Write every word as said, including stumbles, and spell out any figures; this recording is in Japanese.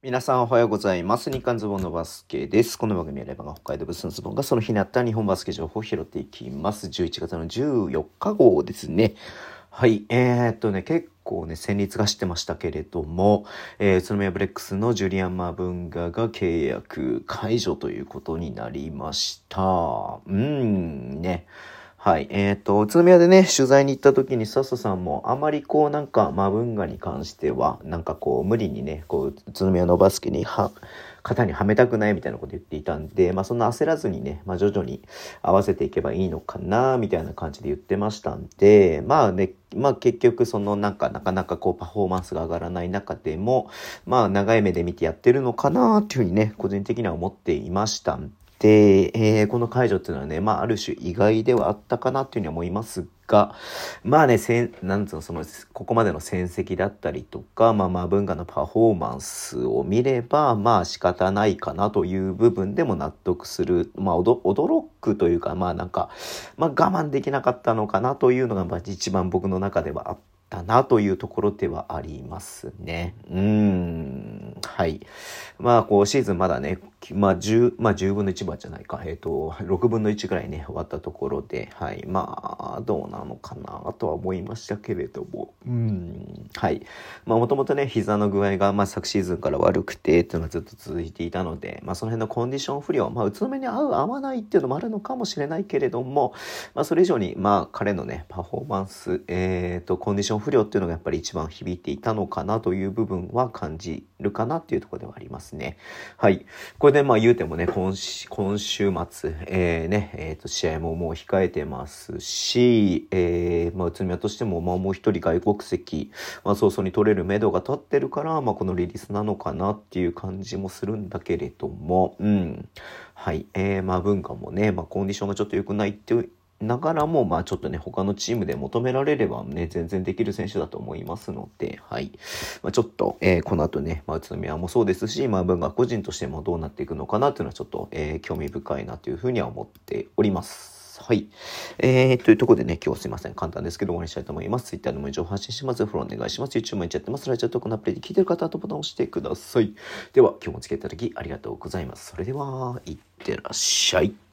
皆さんおはようございます。日刊ズボンのバスケです。この番組はレバンが北海道ブースのズボンがその日にあった日本バスケ情報を拾っていきます。じゅういちがつのじゅうよっか号ですね。はい。えー、っとね、結構ね、戦慄がしてましたけれども、えー、宇都宮ブレックスのジュリアン・マブンガが契約解除ということになりました。うーん、ね。はい。えっと、宇都宮でね、取材に行った時に笹さんもあまりこうなんかマブンガに関しては、なんかこう無理にね、こう宇都宮のバスケには、型にはめたくないみたいなこと言っていたんで、まあそんな焦らずにね、まあ徐々に合わせていけばいいのかな、みたいな感じで言ってましたんで、まあね、まあ結局そのなんかなかなかこうパフォーマンスが上がらない中でも、まあ長い目で見てやってるのかな、っていうふうにね、個人的には思っていましたんで、で、えーこの解除っていうのはね、まあ、ある種意外ではあったかなっていうふうに思いますが、まあね、せん、なんつうの、その、ここまでの戦績だったりとか、まあまあ、文化のパフォーマンスを見れば、まあ仕方ないかなという部分でも納得する、まあ、おど驚くというか、まあなんか、まあ我慢できなかったのかなというのが、まあ一番僕の中ではあったなというところではありますね。うーん。はい。まあ、こう、シーズンまだね、まあ、じゅう、まあ、じゅうぶんのいちばじゃないか。えっと、ろくぶんのいちぐらいね、終わったところで、はい。まあ、どうなのかなとは思いましたけれども。うん。はい。まあ、もともとね、膝の具合が、まあ、昨シーズンから悪くて、っていうのがずっと続いていたので、まあ、その辺のコンディション不良、まあ、宇都宮に合う、合わないっていうのもあるのかもしれないけれども、まあ、それ以上に、まあ、彼のね、パフォーマンス、えっと、コンディション不良っていうのがやっぱり一番響いていたのかなという部分は感じるかなっていうところではありますね。はい。これでまあ言うてもね、今週、今週末、えー、ね、えっと、試合ももう控えてますし、えー、まあ宇都宮としても、まあもう一人外国籍、まあ早々に取れる目処が立ってるから、まあこのリリースなのかなっていう感じもするんだけれども、うん。はい。えー、まあ文化もね、まあコンディションがちょっと良くないっていうながらも、まあちょっとね、他のチームで求められればね、全然できる選手だと思いますので、はい。まあ、ちょっと、えーこの後ね、まあ、宇都宮もそうですし、まあ、文学個人としてもどうなっていくのかなっていうのはちょっと、えー興味深いなというふうには思っております。はい。えー、というところでね、今日すいません。簡単ですけど終わりにしたいと思います。Twitter でも情報発信します。フォローお願いします。YouTube もやっちゃってます。ラジオトークのアプリで聞いてる方はボタンを押してください。では、今日もお付き合いいただきありがとうございます。それでは、いってらっしゃい。